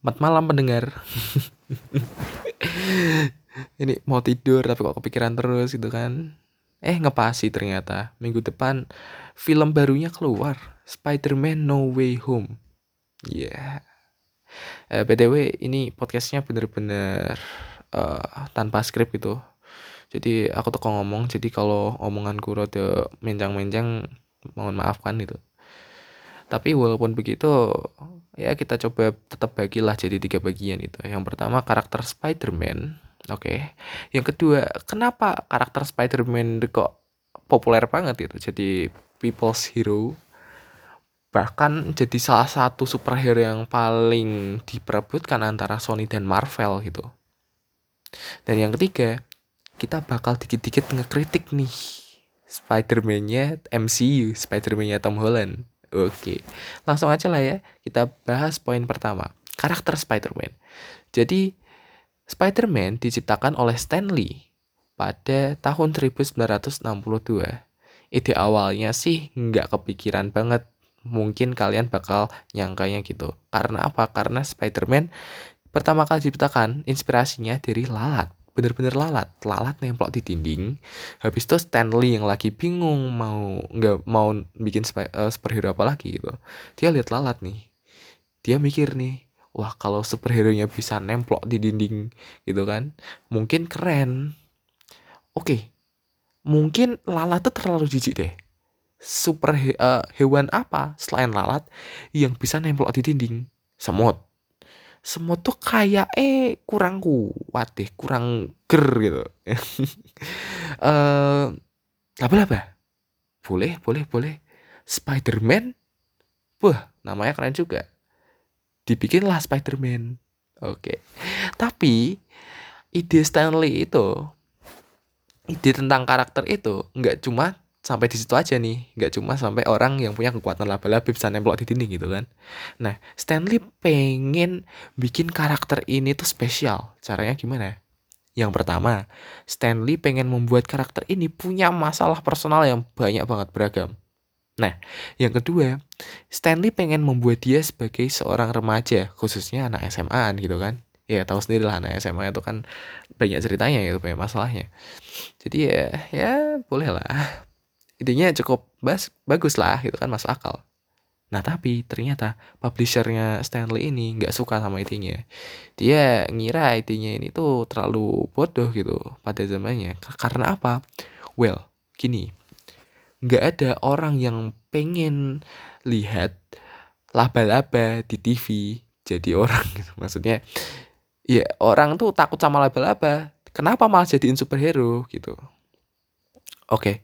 Selamat malam pendengar. Ini mau tidur tapi kok kepikiran terus gitu kan. Ngepas sih ternyata. Minggu depan film barunya keluar. Spider-Man No Way Home. Iya. BTW ini podcastnya bener-bener tanpa skrip gitu. Jadi aku tuh kok ngomong. Jadi kalau omonganku rada menjang-menjang, mohon maafkan gitu. Tapi walaupun begitu, ya kita coba tetap bagilah jadi 3 bagian itu. Yang pertama karakter Spider-Man. Oke. Yang kedua, kenapa karakter Spider-Man kok populer banget gitu. Jadi people's hero. Bahkan jadi salah satu superhero yang paling diperebutkan antara Sony dan Marvel gitu. Dan yang ketiga, kita bakal dikit-dikit ngekritik nih Spider-Man-nya MCU, Spider-Man-nya Tom Holland. Oke, langsung aja lah ya. Kita bahas poin pertama. Karakter Spider-Man. Jadi, Spider-Man diciptakan oleh Stan Lee pada tahun 1962. Ide awalnya sih nggak kepikiran banget. Mungkin kalian bakal nyangkanya gitu. Karena apa? Karena Spider-Man pertama kali diciptakan inspirasinya dari lalat. Bener-bener lalat nemplok di dinding. Habis itu Stanley yang lagi bingung nggak mau bikin superhero apa lagi gitu. Dia lihat lalat nih, dia mikir nih, wah kalau superhero nya bisa nemplok di dinding gitu kan, mungkin keren. Oke, mungkin lalat tuh terlalu jijik deh. Hewan apa selain lalat yang bisa nemplok di dinding? Semut. Semut tuh kayak kurang kuat deh, kurang ger gitu. eh Laba-laba. Boleh, boleh, boleh. Spider-Man. Wah, namanya keren juga. Dibikinlah Spider-Man. Oke. Tapi ide Stanley itu, ide tentang karakter itu nggak cuma sampai di situ aja nih, nggak cuma sampai orang yang punya kekuatan laba-laba bisa nemplok di dinding gitu kan. Nah, Stanley pengen bikin karakter ini tuh spesial. Caranya gimana? Yang pertama, Stanley pengen membuat karakter ini punya masalah personal yang banyak banget beragam. Nah, yang kedua, Stanley pengen membuat dia sebagai seorang remaja, khususnya anak SMA gitu kan. Ya, tahu sendiri lah anak SMA itu kan banyak ceritanya gitu, banyak masalahnya. Jadi ya boleh lah. Idenya cukup bagus lah gitu kan, masuk akal. Nah, tapi ternyata publishernya Stanley ini nggak suka sama idenya. Dia ngira idenya ini tuh terlalu bodoh gitu pada zamannya. Karena apa? Well, gini, nggak ada orang yang pengen lihat laba-laba di TV jadi orang gitu. Maksudnya, ya orang tuh takut sama laba-laba. Kenapa malah jadiin superhero gitu? Oke.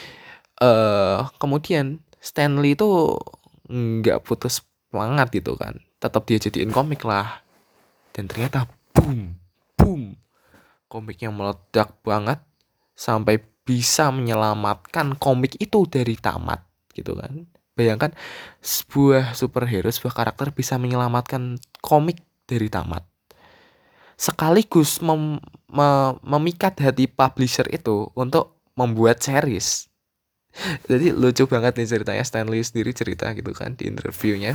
Kemudian Stanley itu nggak putus semangat gitu kan. Tetap dia jadiin komik lah. Dan ternyata boom, boom. Komiknya meledak banget sampai bisa menyelamatkan komik itu dari tamat gitu kan. Bayangkan sebuah superhero, sebuah karakter bisa menyelamatkan komik dari tamat. Sekaligus memikat hati publisher itu untuk membuat series. Jadi lucu banget nih ceritanya, Stanley sendiri cerita gitu kan di interviewnya.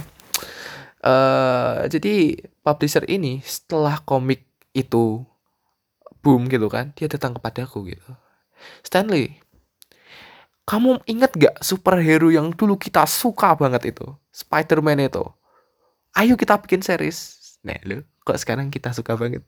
Jadi publisher ini setelah komik itu boom gitu kan, dia datang kepadaku gitu. Stanley, kamu inget gak superhero yang dulu kita suka banget itu? Spider-Man itu. Ayo kita bikin series. Nah lo, kok sekarang kita suka banget?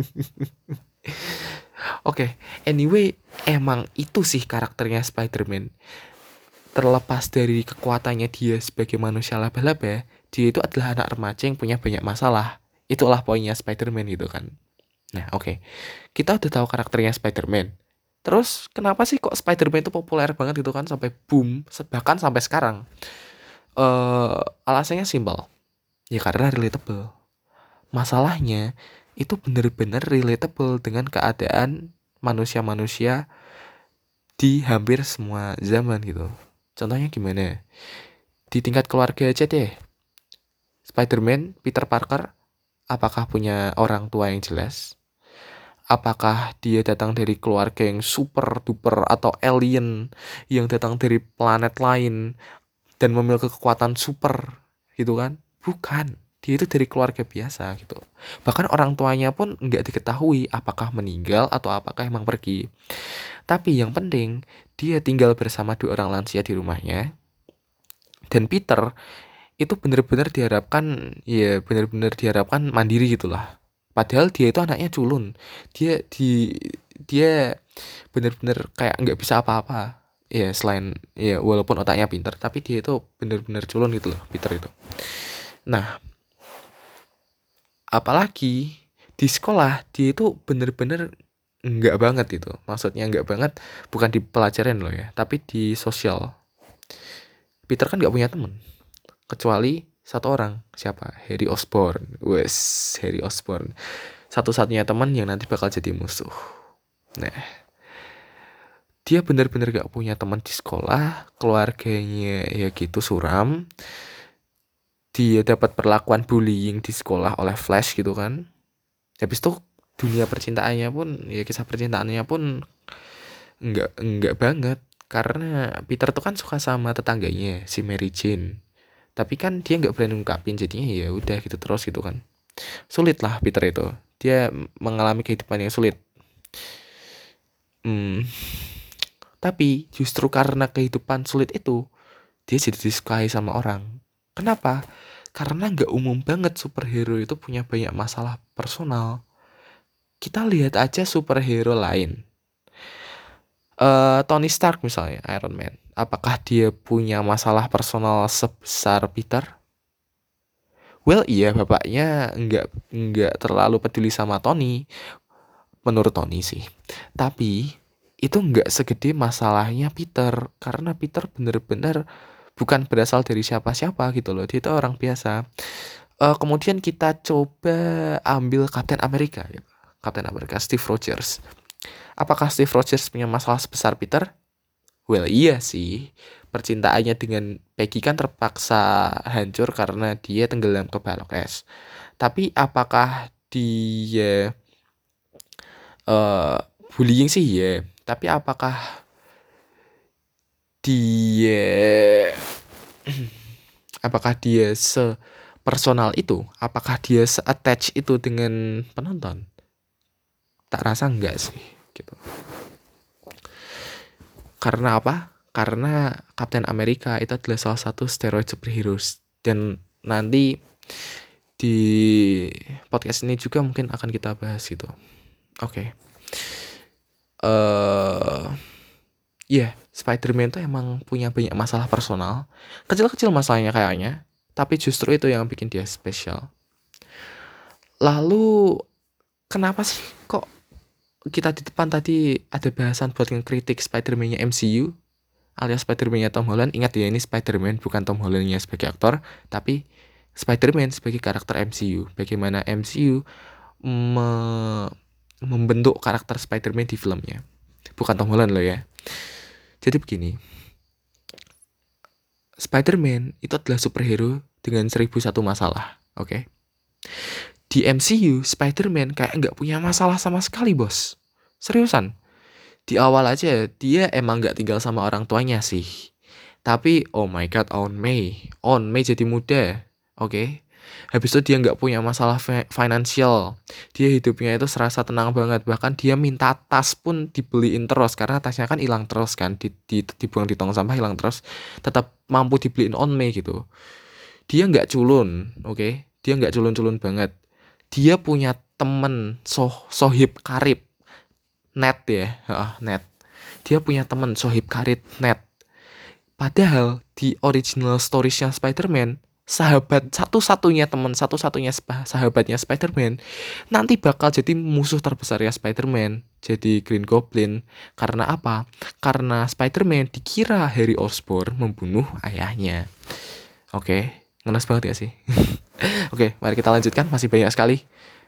Oke, anyway, emang itu sih karakternya Spider-Man. Terlepas dari kekuatannya dia sebagai manusia laba-laba, dia itu adalah anak remaja yang punya banyak masalah. Itulah poinnya Spider-Man gitu kan. Nah, oke. Kita udah tahu karakternya Spider-Man. Terus kenapa sih kok Spider-Man itu populer banget gitu kan sampai boom, bahkan sampai sekarang? Alasannya simpel. Ya karena relatable. Masalahnya itu bener-bener relatable dengan keadaan manusia-manusia di hampir semua zaman gitu. Contohnya gimana? Di tingkat keluarga aja deh. Spider-Man, Peter Parker, apakah punya orang tua yang jelas? Apakah dia datang dari keluarga yang super duper atau alien yang datang dari planet lain dan memiliki kekuatan super gitu kan? Bukan. dia itu dari keluarga biasa gitu. Bahkan orang tuanya pun nggak diketahui apakah meninggal atau apakah emang pergi. Tapi yang penting dia tinggal bersama dua orang lansia di rumahnya. Dan Peter itu bener-bener diharapkan mandiri gitulah. Padahal dia itu anaknya culun. Dia bener-bener kayak nggak bisa apa-apa. Ya selain ya walaupun otaknya pinter, tapi dia itu bener-bener culun gitu loh, Peter itu. Nah, apalagi di sekolah dia itu bener-bener nggak banget itu. Maksudnya nggak banget bukan di pelajaran loh ya, tapi di sosial. Peter kan nggak punya temen kecuali satu orang. Siapa? Harry Osborn. Wes, Harry Osborn. Satu-satunya teman yang nanti bakal jadi musuh. Nah, dia bener-bener gak punya teman di sekolah, keluarganya ya gitu suram. Dia dapat perlakuan bullying di sekolah oleh Flash gitu kan. Habis itu dunia percintaannya pun ya kisah percintaannya pun nggak banget karena Peter tuh kan suka sama tetangganya si Mary Jane. Tapi kan dia nggak berani ungkapin jadinya ya udah gitu terus gitu kan. Sulit lah Peter itu. Dia mengalami kehidupan yang sulit. Hmm, tapi justru karena kehidupan sulit itu dia jadi disukai sama orang. Kenapa? Karena nggak umum banget superhero itu punya banyak masalah personal. Kita lihat aja superhero lain. Tony Stark misalnya, Iron Man. Apakah dia punya masalah personal sebesar Peter? Well, iya bapaknya nggak terlalu peduli sama Tony, menurut Tony sih. Tapi itu nggak segede masalahnya Peter, karena Peter bener-bener bukan berasal dari siapa-siapa gitu loh. Dia itu orang biasa. Kemudian kita coba ambil Captain America, gitu. Captain America, Steve Rogers. Apakah Steve Rogers punya masalah sebesar Peter? Well, iya sih. Percintaannya dengan Peggy kan terpaksa hancur karena dia tenggelam ke balok es. Tapi apakah dia eh bullying sih ya? Tapi apakah dia apakah dia sepersonal itu? Apakah dia se-attach itu dengan penonton? Tak rasa enggak sih, gitu. Karena apa? Karena Captain America itu adalah salah satu steroid superheroes. Dan nanti di podcast ini juga mungkin akan kita bahas gitu. Oke. Yeah, Spider-Man tuh emang punya banyak masalah personal. Kecil-kecil masalahnya kayaknya, tapi justru itu yang bikin dia spesial. Lalu kenapa sih kok kita di depan tadi ada bahasan buat ngekritik Spider-Man-nya MCU alias Spider-Man-nya Tom Holland? Ingat ya, ini Spider-Man bukan Tom Holland-nya sebagai aktor, tapi Spider-Man sebagai karakter MCU. Bagaimana MCU membentuk karakter Spider-Man di filmnya. Bukan Tom Holland loh ya. Jadi begini, Spider-Man itu adalah superhero dengan 1001 masalah, oke? Di MCU, Spider-Man kayak nggak punya masalah sama sekali, bos. Seriusan. Di awal aja, dia emang nggak tinggal sama orang tuanya sih. Tapi, oh my god, On May jadi muda, oke? Habis itu dia nggak punya masalah finansial. Dia hidupnya itu serasa tenang banget. Bahkan dia minta tas pun dibeliin terus. Karena tasnya kan hilang terus kan. Dibuang di tong sampah hilang terus. Tetap mampu dibeliin On May gitu. Dia nggak culun, oke? Dia nggak culun-culun banget. Dia punya temen sohib karib. Net ya, Net. Dia punya temen sohib karib Net. Padahal di original storiesnya Spider-Man, satu-satunya sahabatnya Spider-Man nanti bakal jadi musuh terbesar ya Spider-Man, jadi Green Goblin. Karena apa? Karena Spider-Man dikira Harry Osborn membunuh ayahnya. Oke, ngenes banget ya sih. Oke, mari kita lanjutkan, masih banyak sekali.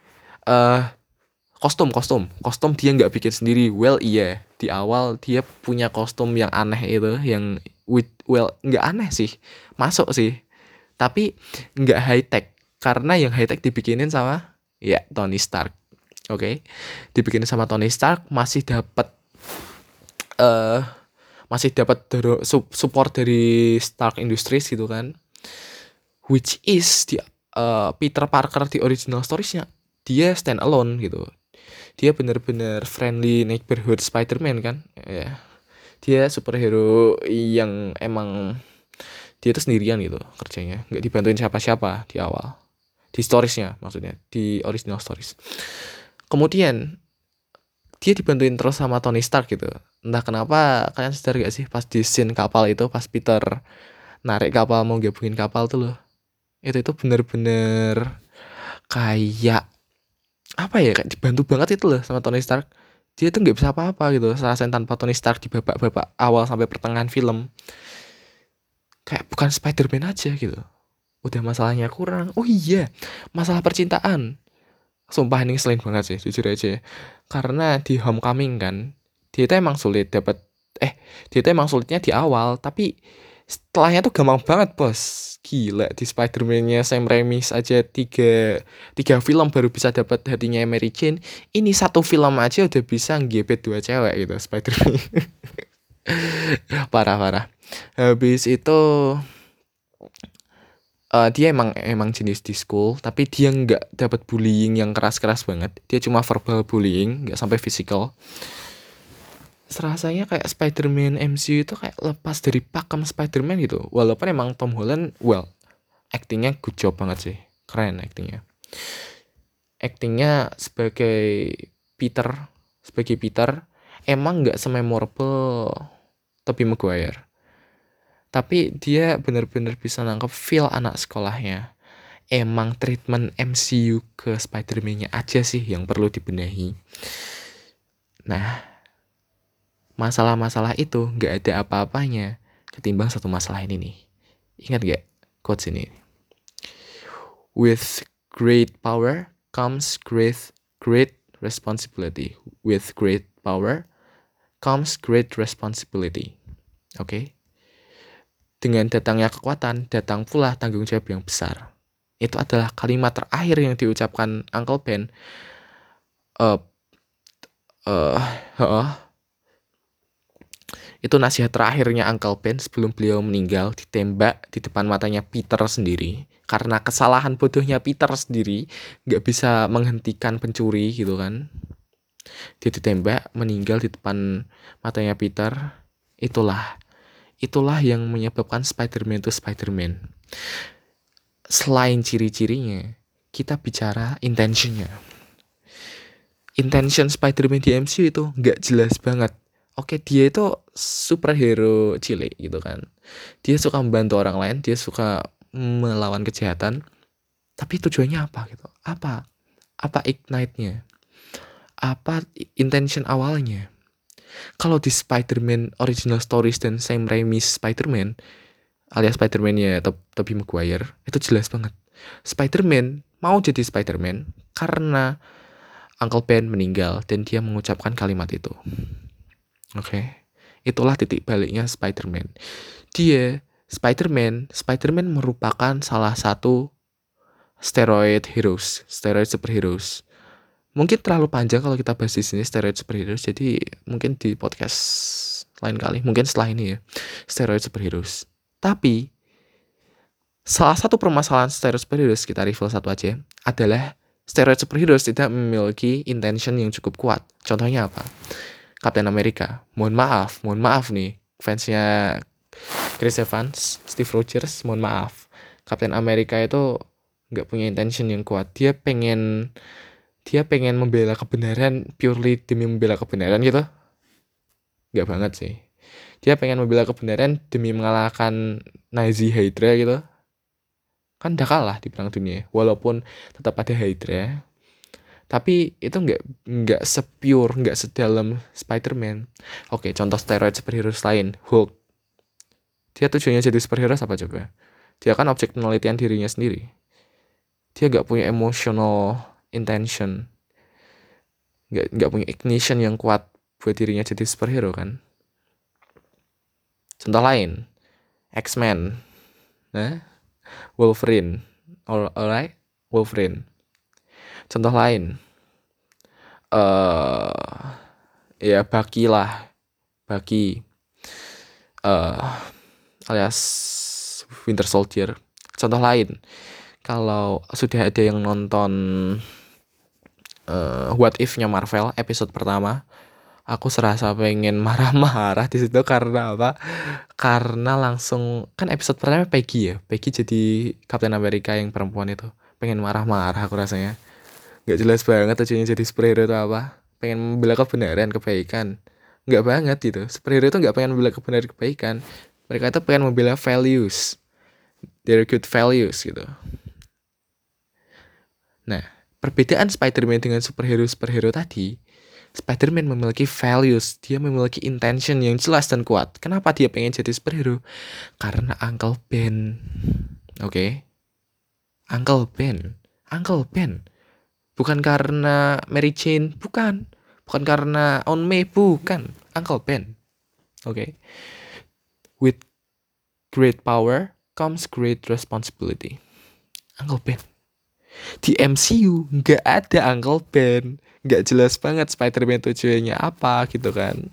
Kostum dia nggak bikin sendiri. Well, iya, di awal dia punya kostum yang aneh itu, yang nggak aneh sih, masuk sih, tapi nggak high tech, karena yang high tech dibikinin sama ya Tony Stark. Oke. Dibikinin sama Tony Stark, masih dapat support dari Stark Industries gitu kan, which is Peter Parker di original storiesnya dia stand alone gitu. Dia bener-bener friendly neighborhood Spider-Man kan. Ya. Dia superhero yang emang dia itu sendirian gitu kerjanya, nggak dibantuin siapa-siapa di awal. Di storiesnya maksudnya, di original stories. Kemudian dia dibantuin terus sama Tony Stark gitu. Entah kenapa kalian sadar gak sih pas di scene kapal itu, pas Peter narik kapal mau gabungin kapal tuh loh. Itu bener-bener kayak apa ya, kayak dibantu banget itu loh sama Tony Stark. Dia tuh nggak bisa apa-apa gitu rasain tanpa Tony Stark di babak-babak awal sampai pertengahan film. Kayak bukan Spider-Man aja gitu. Udah masalahnya kurang. Oh iya, masalah percintaan. Sumpah ini ngeselin banget sih, jujur aja. Karena di Homecoming kan, dia itu emang sulit dapat dia itu emang sulitnya di awal, tapi setelahnya tuh gampang banget, Bos. Gila, di Spider-Man-nya Sam Raimi aja tiga film baru bisa dapat hatinya Mary Jane. Ini satu film aja udah bisa ngebet dua cewek gitu, Spider-Man. Parah. Habis itu dia emang jenis di school, tapi dia nggak dapat bullying yang keras-keras banget. Dia cuma verbal bullying, nggak sampai physical. Serasanya kayak Spider-Man MCU itu kayak lepas dari pakem Spider-Man gitu. Walaupun emang Tom Holland, actingnya good job banget sih, keren actingnya. Actingnya sebagai Peter emang nggak sememorable Tobey Maguire. Tapi dia benar-benar bisa nangkep feel anak sekolahnya. Emang treatment MCU ke Spider-Man-nya aja sih yang perlu dibenahi. Nah, masalah-masalah itu nggak ada apa-apanya ketimbang satu masalah ini nih. Ingat gak quotes ini? With great power comes great responsibility. With great power comes great responsibility. Oke? Dengan datangnya kekuatan, datang pula tanggung jawab yang besar. Itu adalah kalimat terakhir yang diucapkan Uncle Ben. Itu nasihat terakhirnya Uncle Ben sebelum beliau meninggal, ditembak di depan matanya Peter sendiri. Karena kesalahan bodohnya Peter sendiri, nggak bisa menghentikan pencuri gitu kan. Dia ditembak, meninggal di depan matanya Peter. Itulah yang menyebabkan Spider-Man itu Spider-Man. Selain ciri-cirinya, kita bicara intentionnya. Intention Spider-Man di MCU itu nggak jelas banget. Oke, dia itu superhero cilik gitu kan. Dia suka membantu orang lain, dia suka melawan kejahatan. Tapi tujuannya apa gitu? Apa ignite-nya? Apa intention awalnya? Kalau di Spider-Man Original Stories dan Sam Raimi Spider-Man alias Spider-Man-nya Tobey Maguire, itu jelas banget. Spider-Man mau jadi Spider-Man karena Uncle Ben meninggal dan dia mengucapkan kalimat itu. Oke. Itulah titik baliknya Spider-Man. Spider-Man merupakan salah satu steroid superheroes. Mungkin terlalu panjang kalau kita bahas di sini steroid superheroes, jadi mungkin di podcast lain kali, mungkin setelah ini ya, steroid superheroes. Tapi salah satu permasalahan steroid superheroes, kita review satu aja, adalah steroid superheroes tidak memiliki intention yang cukup kuat. Contohnya apa? Captain America. Mohon maaf nih fansnya Chris Evans, Steve Rogers, mohon maaf. Captain America itu nggak punya intention yang kuat. Dia pengen membela kebenaran purely demi membela kebenaran gitu. Nggak banget sih. Dia pengen membela kebenaran demi mengalahkan Nazi Hydra gitu. Kan udah kalah di perang dunia. Walaupun tetap ada Hydra. Tapi itu nggak sepure, nggak sedalam Spider-Man. Oke, contoh steroid superhero lain, Hulk. Dia tujuannya jadi superhero apa coba? Dia kan objek penelitian dirinya sendiri. Dia nggak punya emotional intention, nggak punya ignition yang kuat buat dirinya jadi superhero kan. Contoh lain, X-Men, Wolverine, alright, Wolverine. Contoh lain, ya Bucky lah, Bucky, alias Winter Soldier. Contoh lain, kalau sudah ada yang nonton What If-nya Marvel episode pertama, aku serasa pengen marah-marah di situ karena apa? Karena langsung kan episode pertama Peggy ya, Peggy jadi Captain America yang perempuan itu. Pengen marah-marah aku rasanya. Nggak jelas banget tujuannya jadi superhero itu apa. Pengen membela kebenaran, kebaikan. Nggak banget gitu. Superhero itu nggak pengen membela kebenaran, kebaikan. Mereka itu pengen membela values. Their good values gitu. Nah, perbedaan Spider-Man dengan superhero-superhero tadi, Spider-Man memiliki values, dia memiliki intention yang jelas dan kuat. Kenapa dia pengen jadi superhero? Karena Uncle Ben. Oke. Uncle Ben. Uncle Ben. Bukan karena Mary Jane, bukan. Bukan karena Aunt May, bukan. Uncle Ben. Oke. With great power comes great responsibility. Uncle Ben. Di MCU nggak ada Uncle Ben, nggak jelas banget Spider-Man tujuannya apa gitu kan.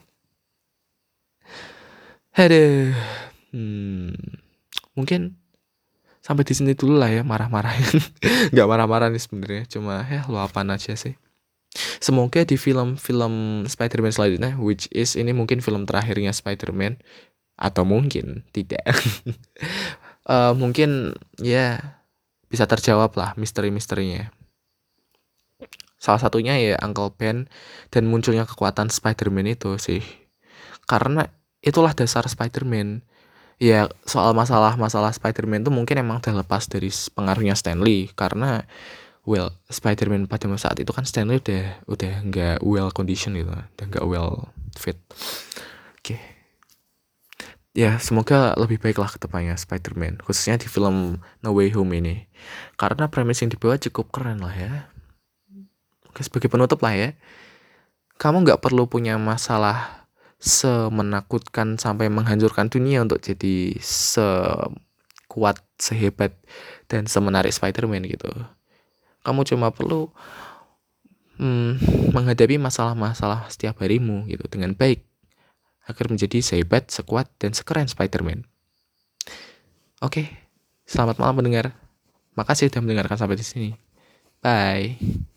Aduh, mungkin sampai di sini dulu lah ya marah-marah. Nggak marah-marah nih sebenarnya, cuma ya luapan aja sih. Semoga di film-film Spider-Man selanjutnya, which is ini mungkin film terakhirnya Spider-Man, atau mungkin tidak. Mungkin ya bisa terjawab lah misteri-misterinya. Salah satunya ya Uncle Ben dan munculnya kekuatan Spider-Man itu sih. Karena itulah dasar Spider-Man. Ya soal masalah Spider-Man tuh mungkin emang udah lepas dari pengaruhnya Stan Lee. Karena well Spider-Man pada saat itu kan Stan Lee udah nggak well condition gitu, udah nggak well fit. Oke. Ya semoga lebih baik lah ke depannya Spider-Man, khususnya di film No Way Home ini. Karena premis yang dibawa cukup keren lah ya. Oke, sebagai penutup lah ya. Kamu nggak perlu punya masalah semenakutkan sampai menghancurkan dunia untuk jadi sekuat, sehebat, dan semenarik Spider-Man gitu. Kamu cuma perlu menghadapi masalah-masalah setiap harimu gitu dengan baik agar menjadi sehebat, sekuat, dan sekeren Spider-Man. Oke, selamat malam pendengar. Makasih sudah mendengarkan sampai di sini. Bye.